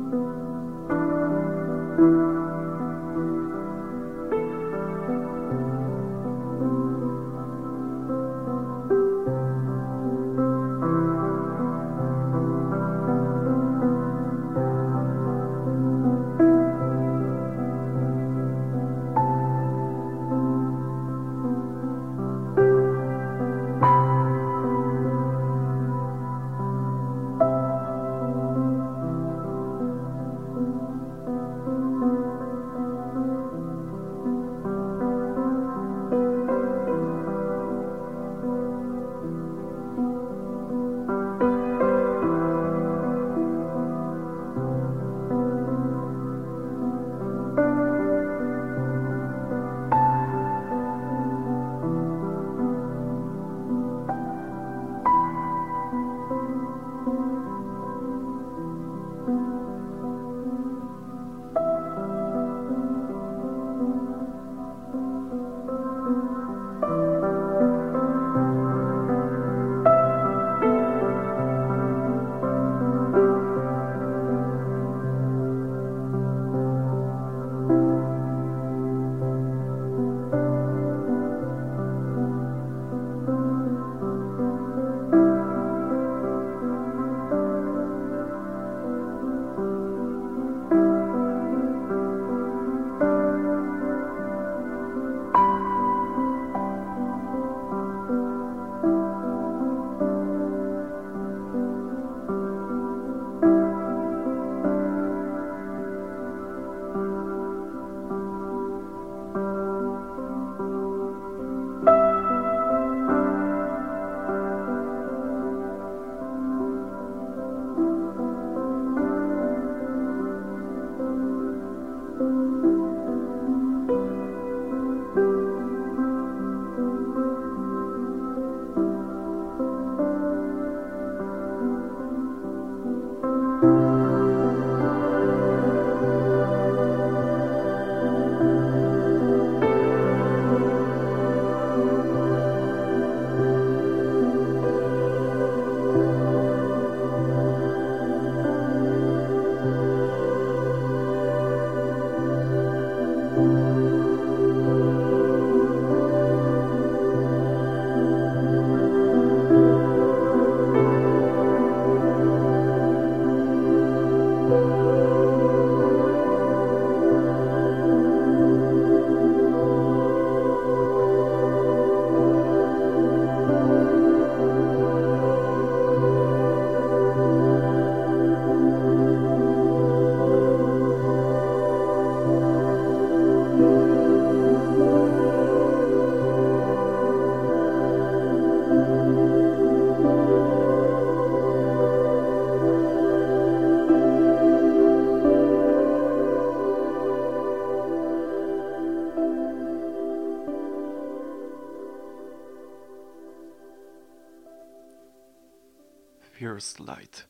First Light.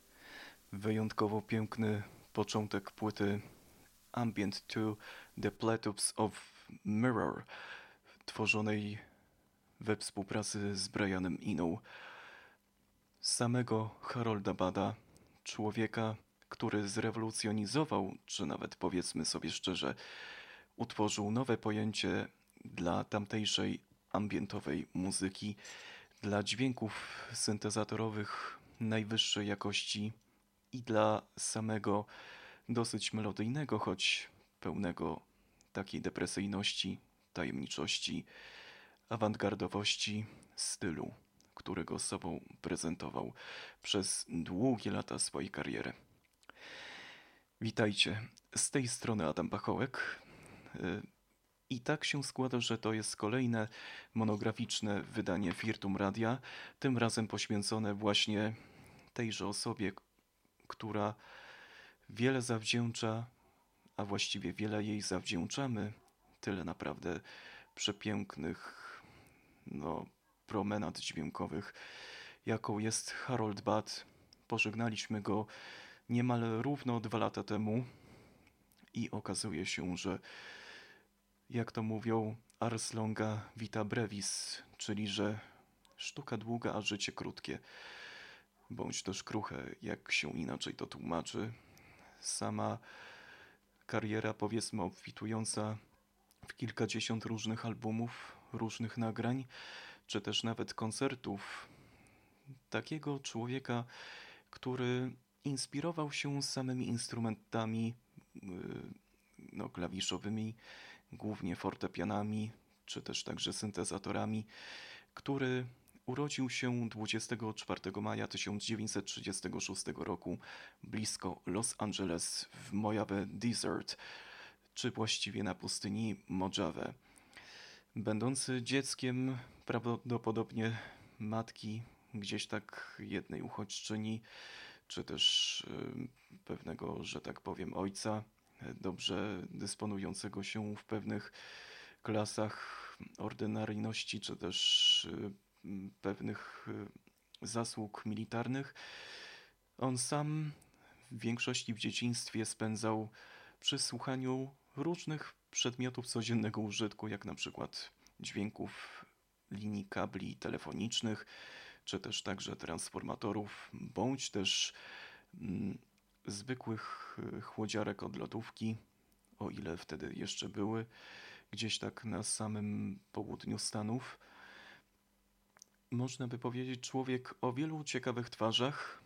Wyjątkowo piękny początek płyty Ambient to the Plateaus of Mirror, tworzonej we współpracy z Brianem Eno. Samego Harolda Bada, człowieka, który zrewolucjonizował, czy nawet powiedzmy sobie szczerze, utworzył nowe pojęcie dla tamtejszej ambientowej muzyki, dla dźwięków syntezatorowych najwyższej jakości i dla samego dosyć melodyjnego, choć pełnego takiej depresyjności, tajemniczości, awangardowości stylu, którego sobą prezentował przez długie lata swojej kariery. Witajcie, z tej strony Adam Pachołek. I tak się składa, że to jest kolejne monograficzne wydanie Firtum Radia, tym razem poświęcone właśnie tejże osobie, która wiele zawdzięcza, a właściwie wiele jej zawdzięczamy, tyle naprawdę przepięknych promenad dźwiękowych, jaką jest Harold Bad. Pożegnaliśmy go niemal równo 2 lata temu i okazuje się, że jak to mówią, ars longa vita brevis, czyli że sztuka długa, a życie krótkie, bądź też kruche, jak się inaczej to tłumaczy. sama kariera, powiedzmy, obfitująca w kilkadziesiąt różnych albumów, różnych nagrań, czy też nawet koncertów. Takiego człowieka, który inspirował się samymi instrumentami klawiszowymi, głównie fortepianami, czy też także syntezatorami, który urodził się 24 maja 1936 roku blisko Los Angeles w Mojave Desert, czy właściwie na pustyni Mojave. Będący dzieckiem prawdopodobnie matki gdzieś tak jednej uchodźczyni, czy też pewnego, że tak powiem, ojca, dobrze dysponującego się w pewnych klasach ordynaryjności, czy też pewnych zasług militarnych. On sam w większości w dzieciństwie spędzał przy słuchaniu różnych przedmiotów codziennego użytku, jak na przykład dźwięków linii kabli telefonicznych, czy też także transformatorów, bądź też zwykłych chłodziarek od lodówki, o ile wtedy jeszcze były, gdzieś tak na samym południu Stanów. Można by powiedzieć, człowiek o wielu ciekawych twarzach.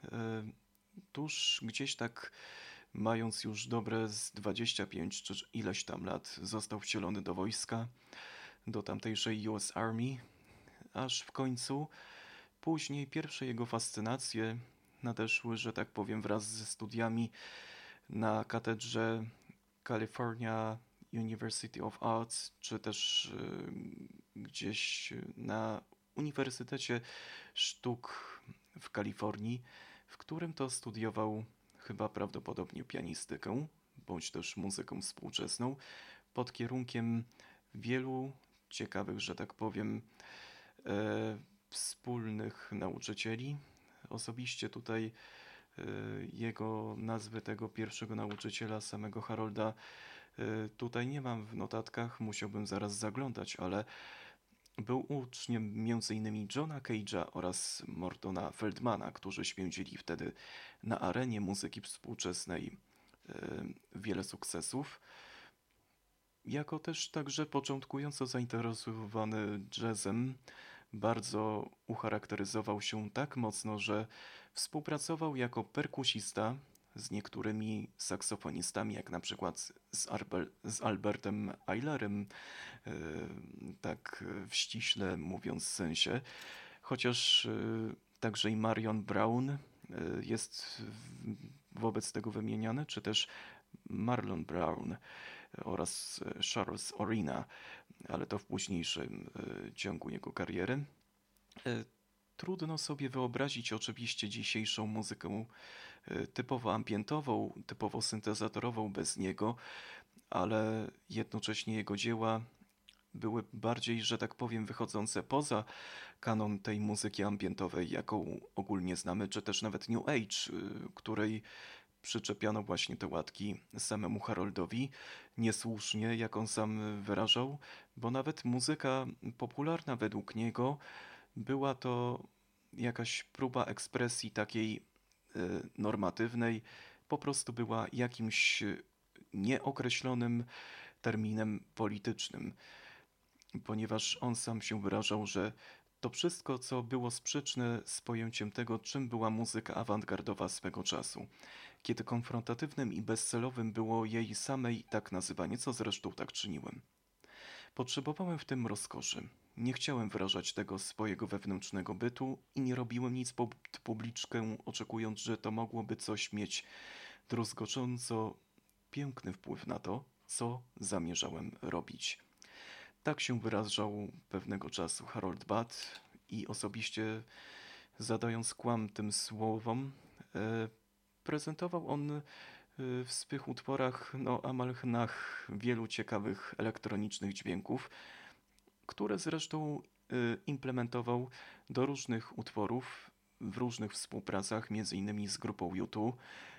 Tuż gdzieś tak, mając już dobre z 25 czy ileś tam lat, został wcielony do wojska, do tamtejszej US Army, aż w końcu później pierwsze jego fascynacje nadeszły, że tak powiem, wraz ze studiami na katedrze California University of Arts, czy też gdzieś na Uniwersytecie Sztuk w Kalifornii, w którym to studiował chyba prawdopodobnie pianistykę, bądź też muzykę współczesną, pod kierunkiem wielu ciekawych, że tak powiem, wspólnych nauczycieli. Osobiście tutaj jego nazwy tego pierwszego nauczyciela, samego Harolda, tutaj nie mam w notatkach, musiałbym zaraz zaglądać, ale był uczniem m.in. Johna Cage'a oraz Mortona Feldmana, którzy święcili wtedy na arenie muzyki współczesnej wiele sukcesów. Jako też także początkująco zainteresowany jazzem, bardzo ucharakteryzował się tak mocno, że współpracował jako perkusista z niektórymi saksofonistami, jak na przykład z Albertem Eilerem, tak w ściśle mówiąc sensie, chociaż także i Marion Brown jest wobec tego wymieniany, czy też Marlon Brown oraz Charles Orina, ale to w późniejszym ciągu jego kariery. Trudno sobie wyobrazić oczywiście dzisiejszą muzykę typowo ambientową, typowo syntezatorową bez niego, ale jednocześnie jego dzieła były bardziej, że tak powiem, wychodzące poza kanon tej muzyki ambientowej, jaką ogólnie znamy, czy też nawet New Age, której przyczepiano właśnie te łatki samemu Haroldowi, niesłusznie, jak on sam wyrażał, bo nawet muzyka popularna według niego była to jakaś próba ekspresji takiej normatywnej, po prostu była jakimś nieokreślonym terminem politycznym, ponieważ on sam się wyrażał, że to wszystko, co było sprzeczne z pojęciem tego, czym była muzyka awangardowa swego czasu, kiedy konfrontatywnym i bezcelowym było jej samej tak nazywanie, co zresztą tak czyniłem. Potrzebowałem w tym rozkoszy. Nie chciałem wyrażać tego swojego wewnętrznego bytu i nie robiłem nic pod publiczkę, oczekując, że to mogłoby coś mieć druzgocząco piękny wpływ na to, co zamierzałem robić. Tak się wyrażał pewnego czasu Harold Budd i osobiście, zadając kłam tym słowom, prezentował on w swych utworach amalgmach wielu ciekawych elektronicznych dźwięków, które zresztą implementował do różnych utworów w różnych współpracach, m.in. z grupą U2,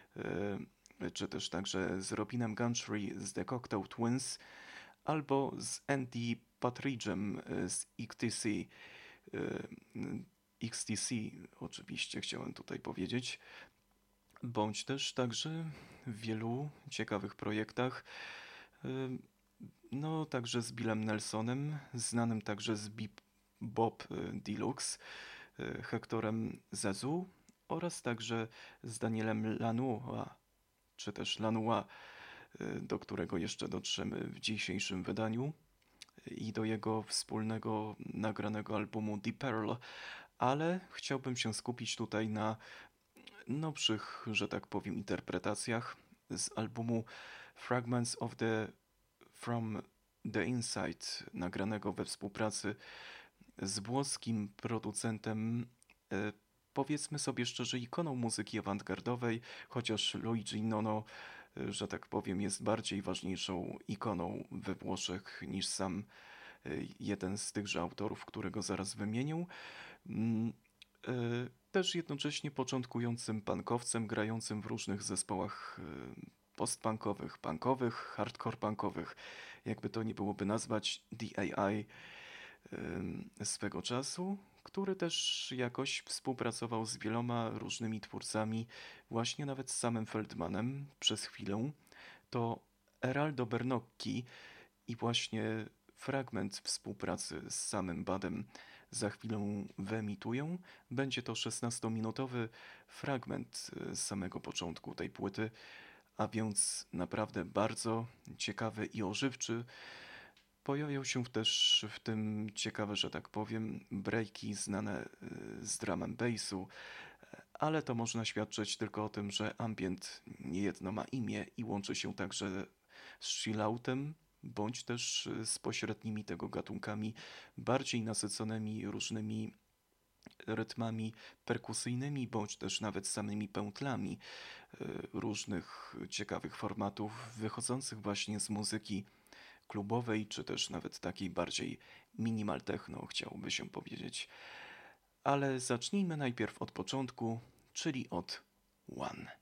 czy też także z Robinem Gentry z The Cocteau Twins, albo z Andy Partridge'em z XTC. XTC oczywiście chciałem tutaj powiedzieć. bądź też także w wielu ciekawych projektach. y, No, także z Billem Nelsonem, znanym także z Bob Deluxe, Hectorem Zazu oraz także z Danielem Lanois, czy też Lanois, do którego jeszcze dotrzemy w dzisiejszym wydaniu i do jego wspólnego nagranego albumu The Pearl, ale chciałbym się skupić tutaj na nowszych, że tak powiem, interpretacjach z albumu Fragments of the From the Inside, nagranego we współpracy z włoskim producentem, powiedzmy sobie szczerze, ikoną muzyki awangardowej, chociaż Luigi Nono, że tak powiem, jest bardziej ważniejszą ikoną we Włoszech niż sam jeden z tychże autorów, którego zaraz wymienię. Mm, Też jednocześnie początkującym punkowcem, grającym w różnych zespołach postpunkowych, punkowych, hardcore punkowych, jakby to nie byłoby nazwać, DAI swego czasu, który też jakoś współpracował z wieloma różnymi twórcami, właśnie nawet z samym Feldmanem przez chwilę. To Eraldo Bernocchi i właśnie fragment współpracy z samym Badem za chwilę wyemituję. Będzie to 16-minutowy fragment z samego początku tej płyty, a więc naprawdę bardzo ciekawy i ożywczy. Pojawią się też w tym ciekawe, że tak powiem, breaki znane z drum and bassu, ale to można świadczyć tylko o tym, że ambient niejedno ma imię i łączy się także z chilloutem, bądź też z pośrednimi tego gatunkami, bardziej nasyconymi różnymi rytmami perkusyjnymi, bądź też nawet samymi pętlami różnych ciekawych formatów wychodzących właśnie z muzyki klubowej, czy też nawet takiej bardziej minimal techno, chciałoby się powiedzieć. Ale zacznijmy najpierw od początku, czyli od One.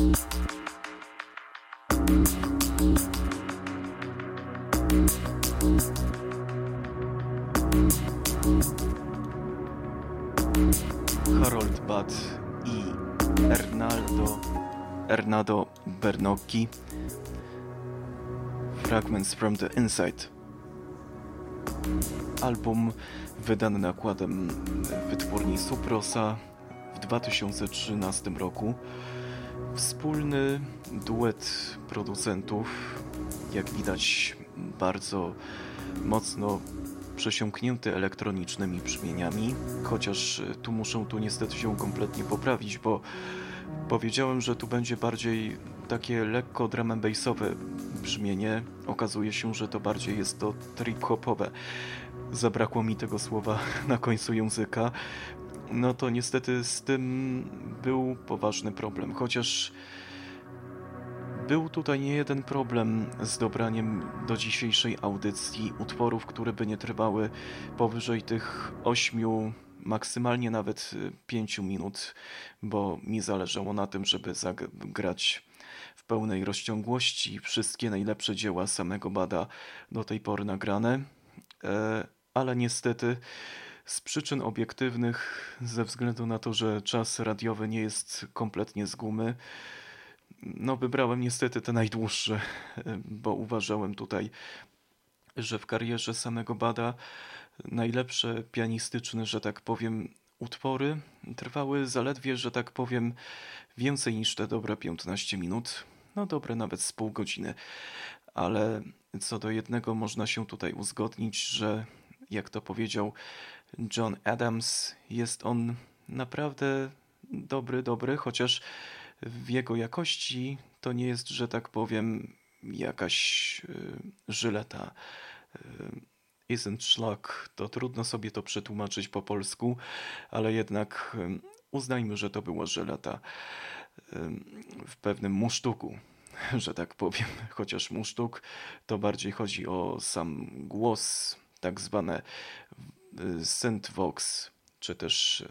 Harold Budd i Ernado Bernocchi. Fragments from the Inside. Album wydany nakładem wytwórni Suprosa w 2013 roku. Wspólny duet producentów, jak widać bardzo mocno przesiąknięty elektronicznymi brzmieniami, chociaż tu muszę niestety się kompletnie poprawić, bo powiedziałem, że tu będzie bardziej takie lekko drum and bassowe brzmienie. Okazuje się, że to bardziej jest to trip-hopowe. Zabrakło mi tego słowa na końcu języka. No to niestety z tym był poważny problem, chociaż był tutaj nie jeden problem z dobraniem do dzisiejszej audycji utworów, które by nie trwały powyżej tych 8, maksymalnie nawet 5 minut, bo mi zależało na tym, żeby zagrać w pełnej rozciągłości wszystkie najlepsze dzieła samego Budda do tej pory nagrane, ale niestety z przyczyn obiektywnych, ze względu na to, że czas radiowy nie jest kompletnie z gumy, no wybrałem niestety te najdłuższe, bo uważałem tutaj, że w karierze samego Budda najlepsze pianistyczne, że tak powiem, utwory trwały zaledwie, że tak powiem, więcej niż te dobre 15 minut. No dobre nawet z pół godziny. Ale co do jednego można się tutaj uzgodnić, że jak to powiedział John Adams, jest on naprawdę dobry, chociaż w jego jakości to nie jest, że tak powiem, jakaś żyleta. Isn't szlak, to trudno sobie to przetłumaczyć po polsku, ale jednak uznajmy, że to była żyleta w pewnym musztuku, że tak powiem. Chociaż musztuk to bardziej chodzi o sam głos, tak zwane synthvox, czy też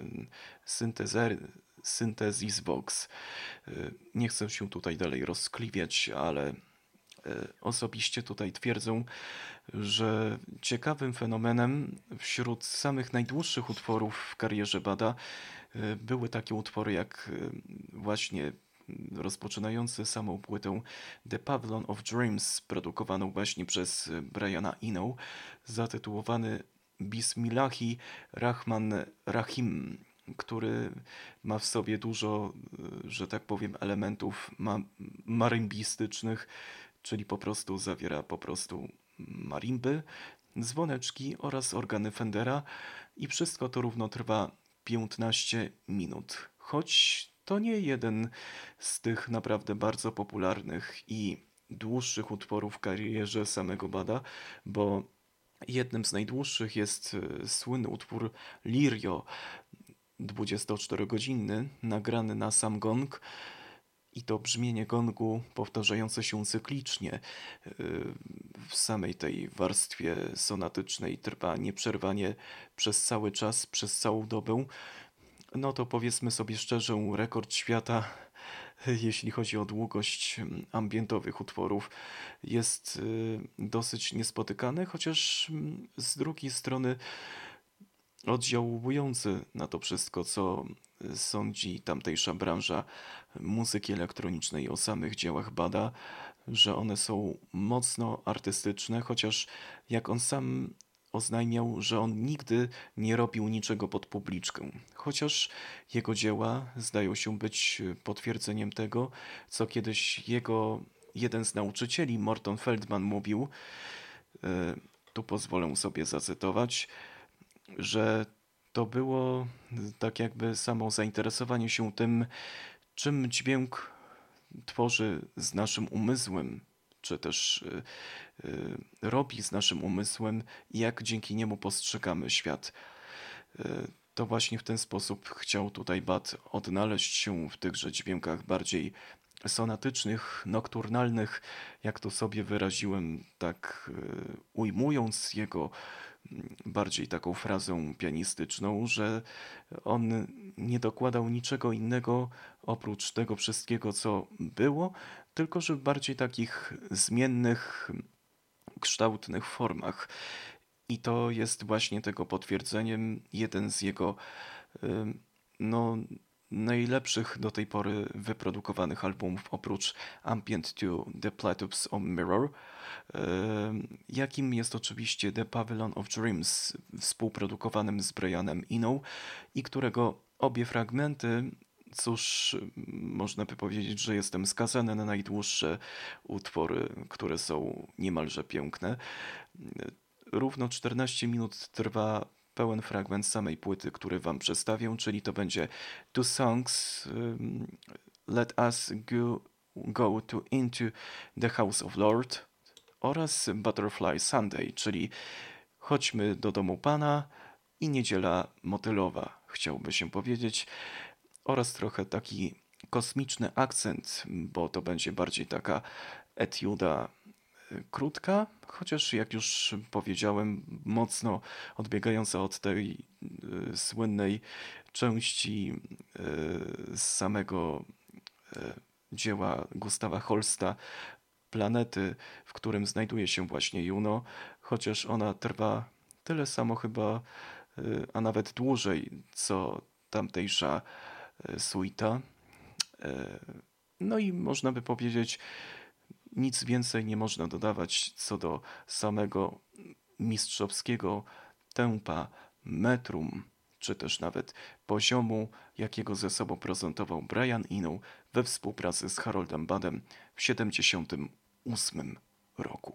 synthesis vox. Nie chcę się tutaj dalej rozkliwiać, ale osobiście tutaj twierdzę, że ciekawym fenomenem wśród samych najdłuższych utworów w karierze Budda były takie utwory jak właśnie rozpoczynający samą płytę The Pavilion of Dreams, produkowaną właśnie przez Briana Eno, zatytułowany Bismillahi Rahman Rahim, który ma w sobie dużo, że tak powiem, elementów marimbistycznych, czyli po prostu zawiera po prostu marimby, dzwoneczki oraz organy Fendera i wszystko to równo trwa 15 minut. Choć to nie jeden z tych naprawdę bardzo popularnych i dłuższych utworów w karierze samego Budda, bo jednym z najdłuższych jest słynny utwór Lirio, 24-godzinny, nagrany na sam gong, i to brzmienie gongu powtarzające się cyklicznie w samej tej warstwie sonatycznej trwa nieprzerwanie przez cały czas, przez całą dobę. No to powiedzmy sobie szczerze, rekord świata, jeśli chodzi o długość ambientowych utworów, jest dosyć niespotykany, chociaż z drugiej strony oddziałujący na to wszystko, co sądzi tamtejsza branża muzyki elektronicznej o samych dziełach Budda, że one są mocno artystyczne, chociaż jak on sam oznajmiał, że on nigdy nie robił niczego pod publiczkę. Chociaż jego dzieła zdają się być potwierdzeniem tego, co kiedyś jego jeden z nauczycieli, Morton Feldman, mówił, tu pozwolę sobie zacytować, że to było tak jakby samo zainteresowanie się tym, czym dźwięk tworzy z naszym umysłem, czy też robi z naszym umysłem i jak dzięki niemu postrzegamy świat. To właśnie w ten sposób chciał tutaj Budd odnaleźć się w tychże dźwiękach bardziej sonatycznych, nokturnalnych, jak to sobie wyraziłem, tak ujmując jego bardziej taką frazą pianistyczną, że on nie dokładał niczego innego oprócz tego wszystkiego, co było, tylko że w bardziej takich zmiennych, kształtnych formach. I to jest właśnie tego potwierdzeniem jeden z jego no, najlepszych do tej pory wyprodukowanych albumów oprócz Ambient to The Platypus on Mirror, jakim jest oczywiście The Pavilion of Dreams, współprodukowanym z Brianem Eno i którego obie fragmenty, cóż, można by powiedzieć, że jestem skazany na najdłuższe utwory, które są niemalże piękne. Równo 14 minut trwa pełen fragment samej płyty, który wam przedstawię, czyli to będzie Two Songs, Let Us Go to Into the House of Lord oraz Butterfly Sunday, czyli Chodźmy do domu Pana i Niedziela Motylowa, chciałby się powiedzieć, oraz trochę taki kosmiczny akcent, bo to będzie bardziej taka etiuda krótka, chociaż jak już powiedziałem, mocno odbiegająca od tej słynnej części z samego dzieła Gustawa Holsta, Planety, w którym znajduje się właśnie Juno, chociaż ona trwa tyle samo chyba, a nawet dłużej, co tamtejsza suita. No i można by powiedzieć, nic więcej nie można dodawać co do samego mistrzowskiego tempa, metrum, czy też nawet poziomu, jakiego ze sobą prezentował Brian Eno we współpracy z Haroldem Buddem w 1978 roku.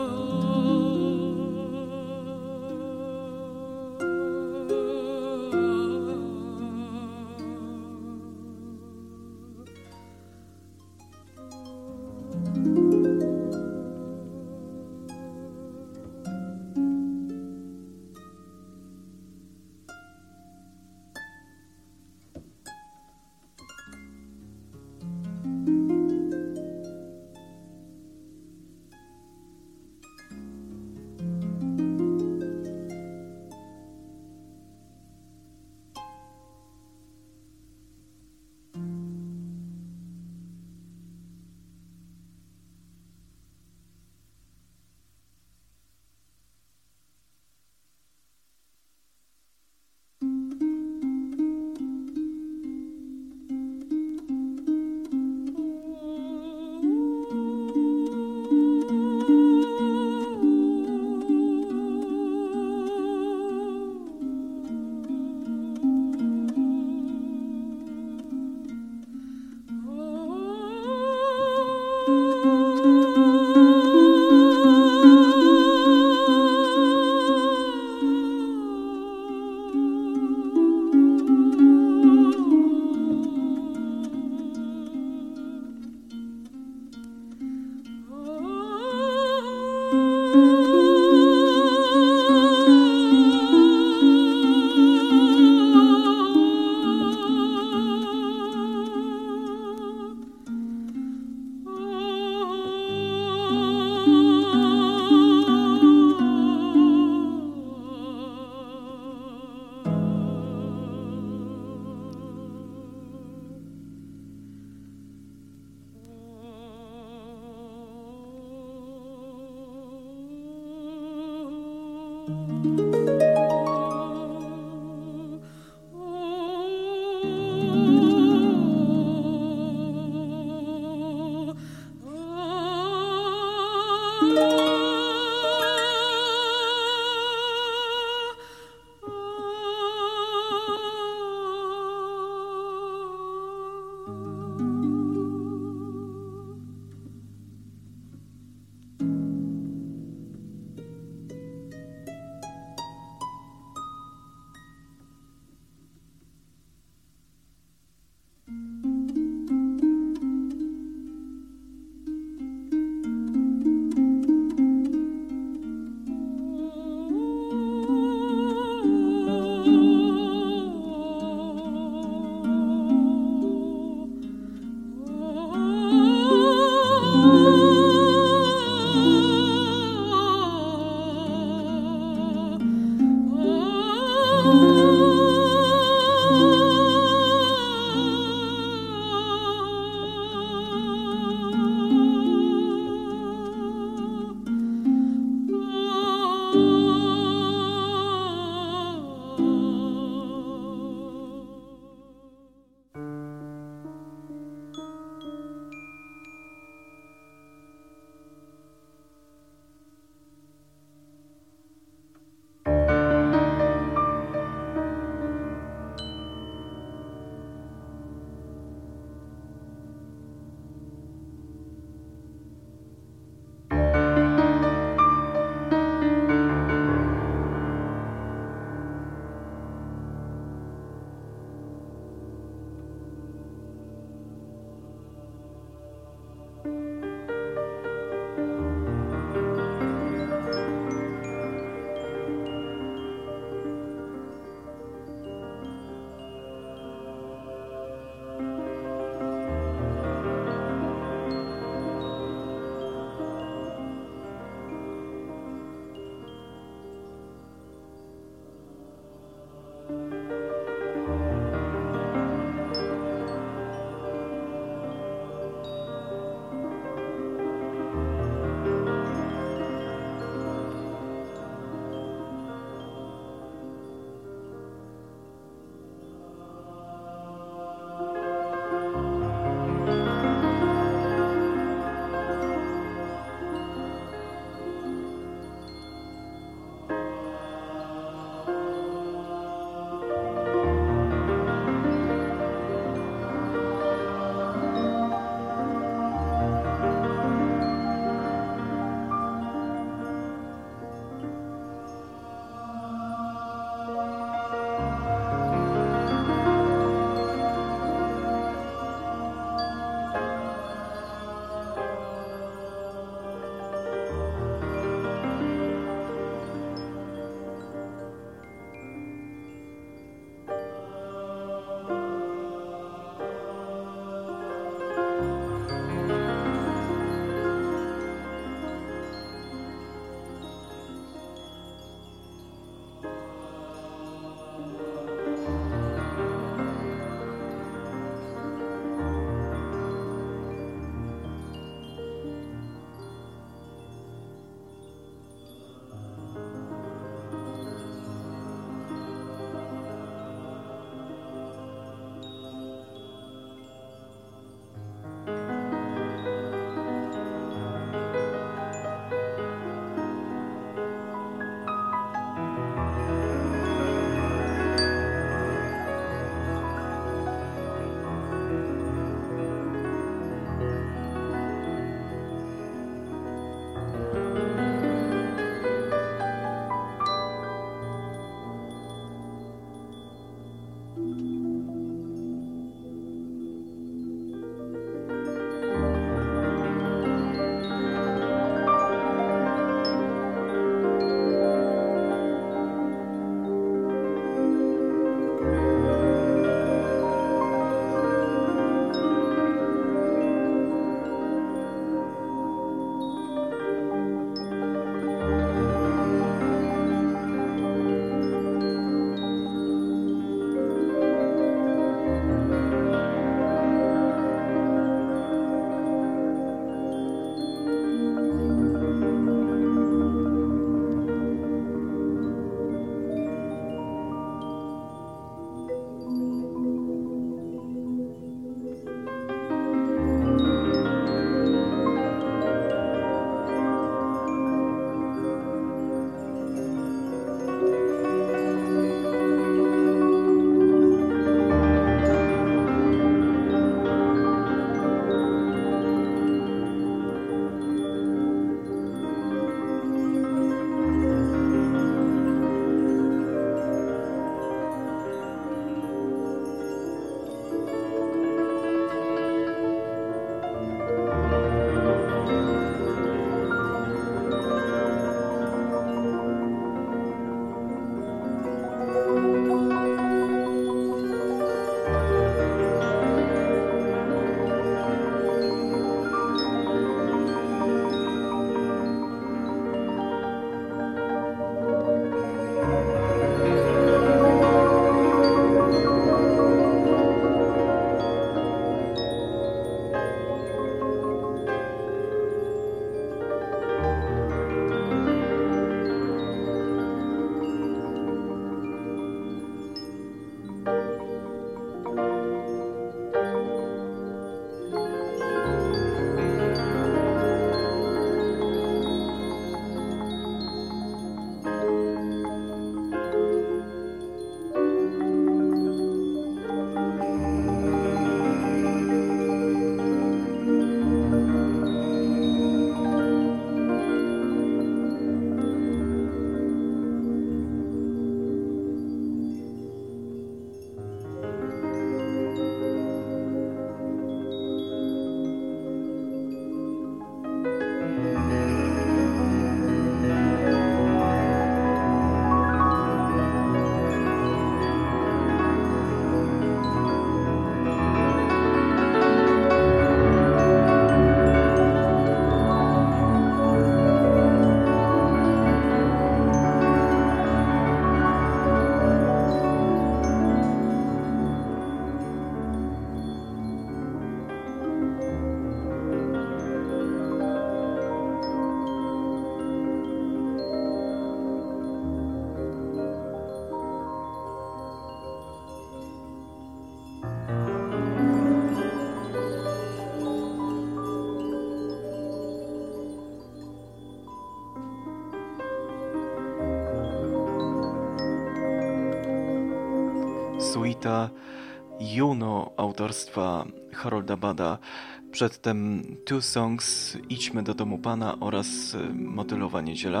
suita Juno autorstwa Harolda Bada. Przedtem Two Songs, Idźmy do domu Pana oraz Motylowa niedziela.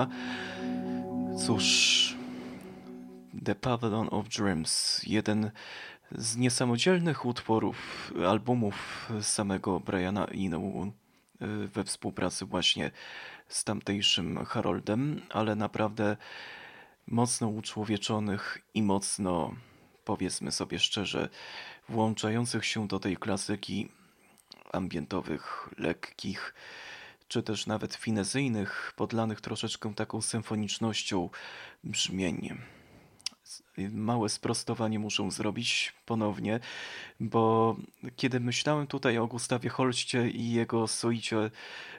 Cóż, The Pavilion of Dreams, jeden z niesamodzielnych utworów, albumów samego Briana Eno we współpracy właśnie z tamtejszym Haroldem, ale naprawdę mocno uczłowieczonych i mocno, powiedzmy sobie szczerze, włączających się do tej klasyki ambientowych, lekkich, czy też nawet finezyjnych, podlanych troszeczkę taką symfonicznością brzmień. Małe sprostowanie muszę zrobić ponownie, bo kiedy myślałem tutaj o Gustawie Holście i jego suicie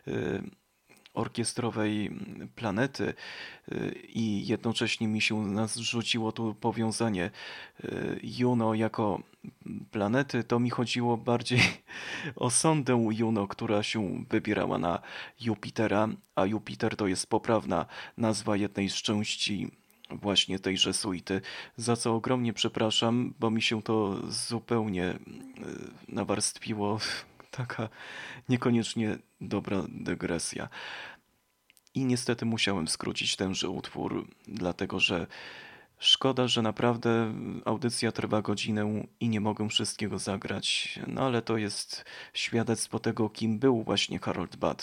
orkiestrowej Planety i jednocześnie mi się narzuciło tu powiązanie Juno jako planety, to mi chodziło bardziej o sondę Juno, która się wybierała na Jupitera, a Jupiter to jest poprawna nazwa jednej z części właśnie tejże suity, za co ogromnie przepraszam, bo mi się to zupełnie nawarstwiło. Taka niekoniecznie dobra dygresja. I niestety musiałem skrócić tenże utwór, dlatego że szkoda, że naprawdę audycja trwa godzinę i nie mogę wszystkiego zagrać. No ale to jest świadectwo tego, kim był właśnie Harold Bad.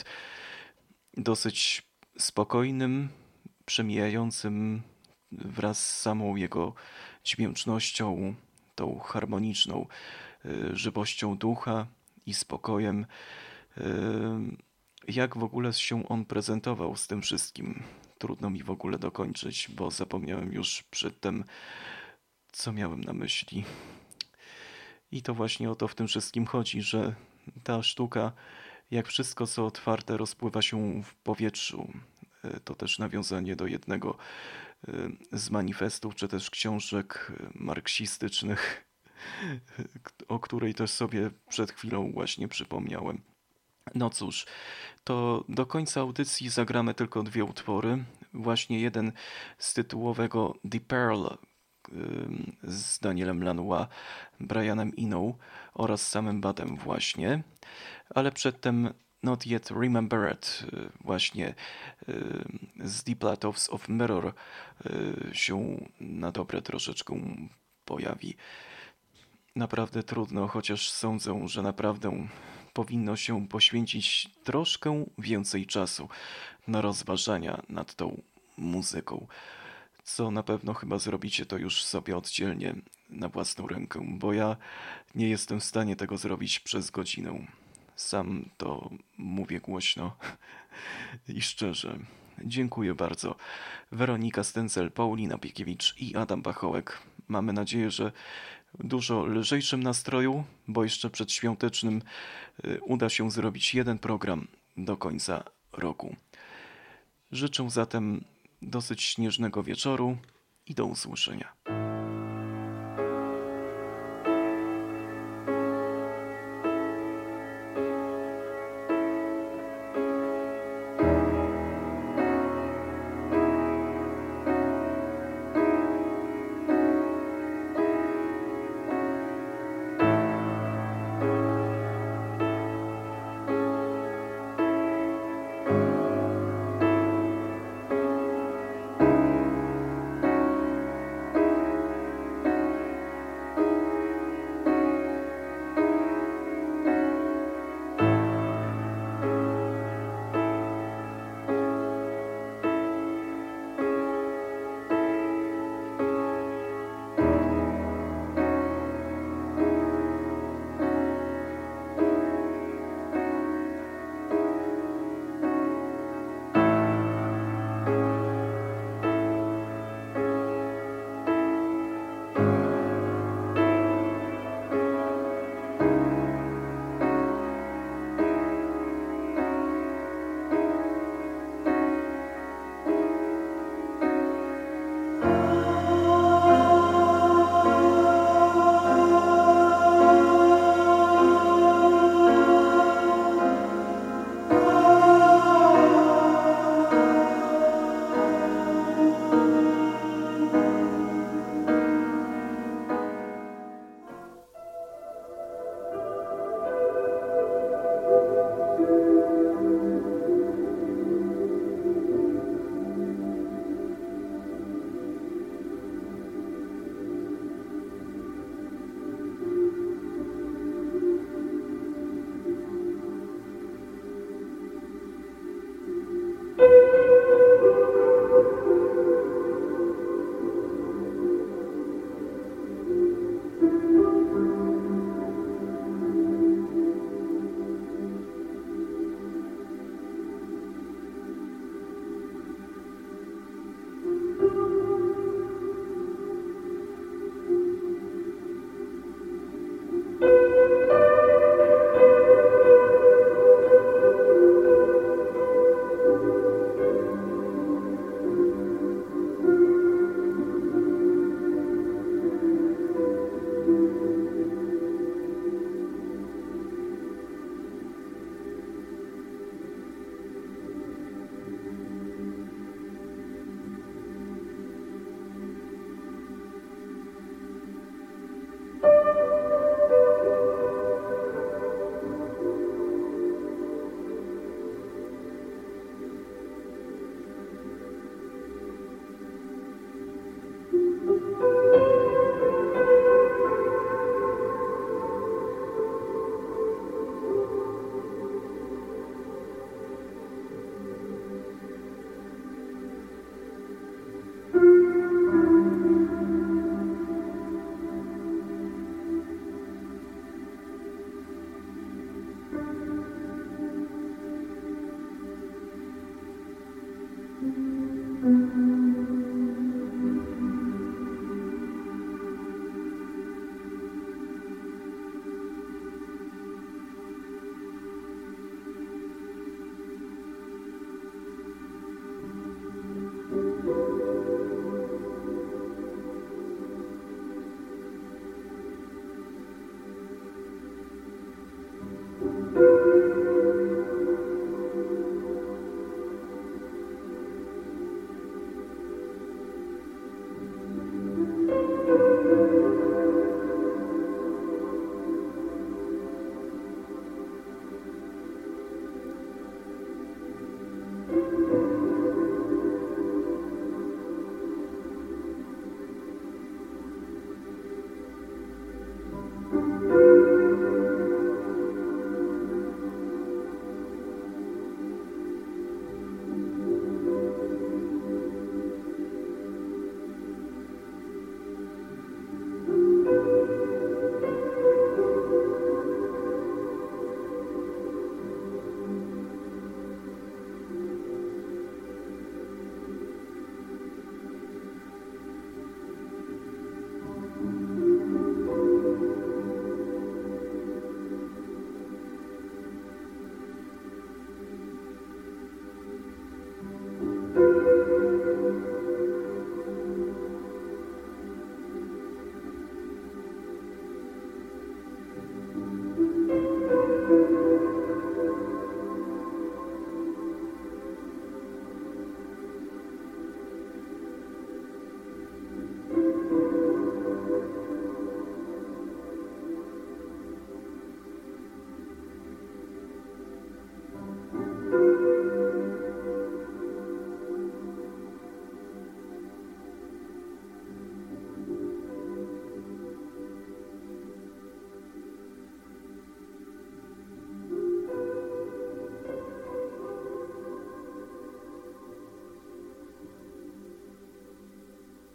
Dosyć spokojnym, przemijającym wraz z samą jego dźwięcznością, tą harmoniczną żywością ducha i spokojem. Jak w ogóle się on prezentował z tym wszystkim? Trudno mi w ogóle dokończyć, bo zapomniałem już przedtem, co miałem na myśli. I to właśnie o to w tym wszystkim chodzi, że ta sztuka, jak wszystko co otwarte, rozpływa się w powietrzu. To też nawiązanie do jednego z manifestów, czy też książek marksistycznych, o której też sobie przed chwilą właśnie przypomniałem. No cóż, to do końca audycji zagramy tylko dwie utwory. Właśnie jeden z tytułowego The Pearl z Danielem Lanois, Brianem Eno oraz samym Badem właśnie. Ale przedtem Not Yet Remembered właśnie z The Plateaus of Mirror się na dobre troszeczkę pojawi. Naprawdę trudno, chociaż sądzę, że naprawdę powinno się poświęcić troszkę więcej czasu na rozważania nad tą muzyką. Co na pewno chyba zrobicie to już sobie oddzielnie na własną rękę, bo ja nie jestem w stanie tego zrobić przez godzinę. Sam to mówię głośno i szczerze. Dziękuję bardzo. Weronika Stęcel, Paulina Piekiewicz i Adam Pachołek. Mamy nadzieję, że w dużo lżejszym nastroju, bo jeszcze przedświątecznym uda się zrobić jeden program do końca roku. Życzę zatem dosyć śnieżnego wieczoru i do usłyszenia.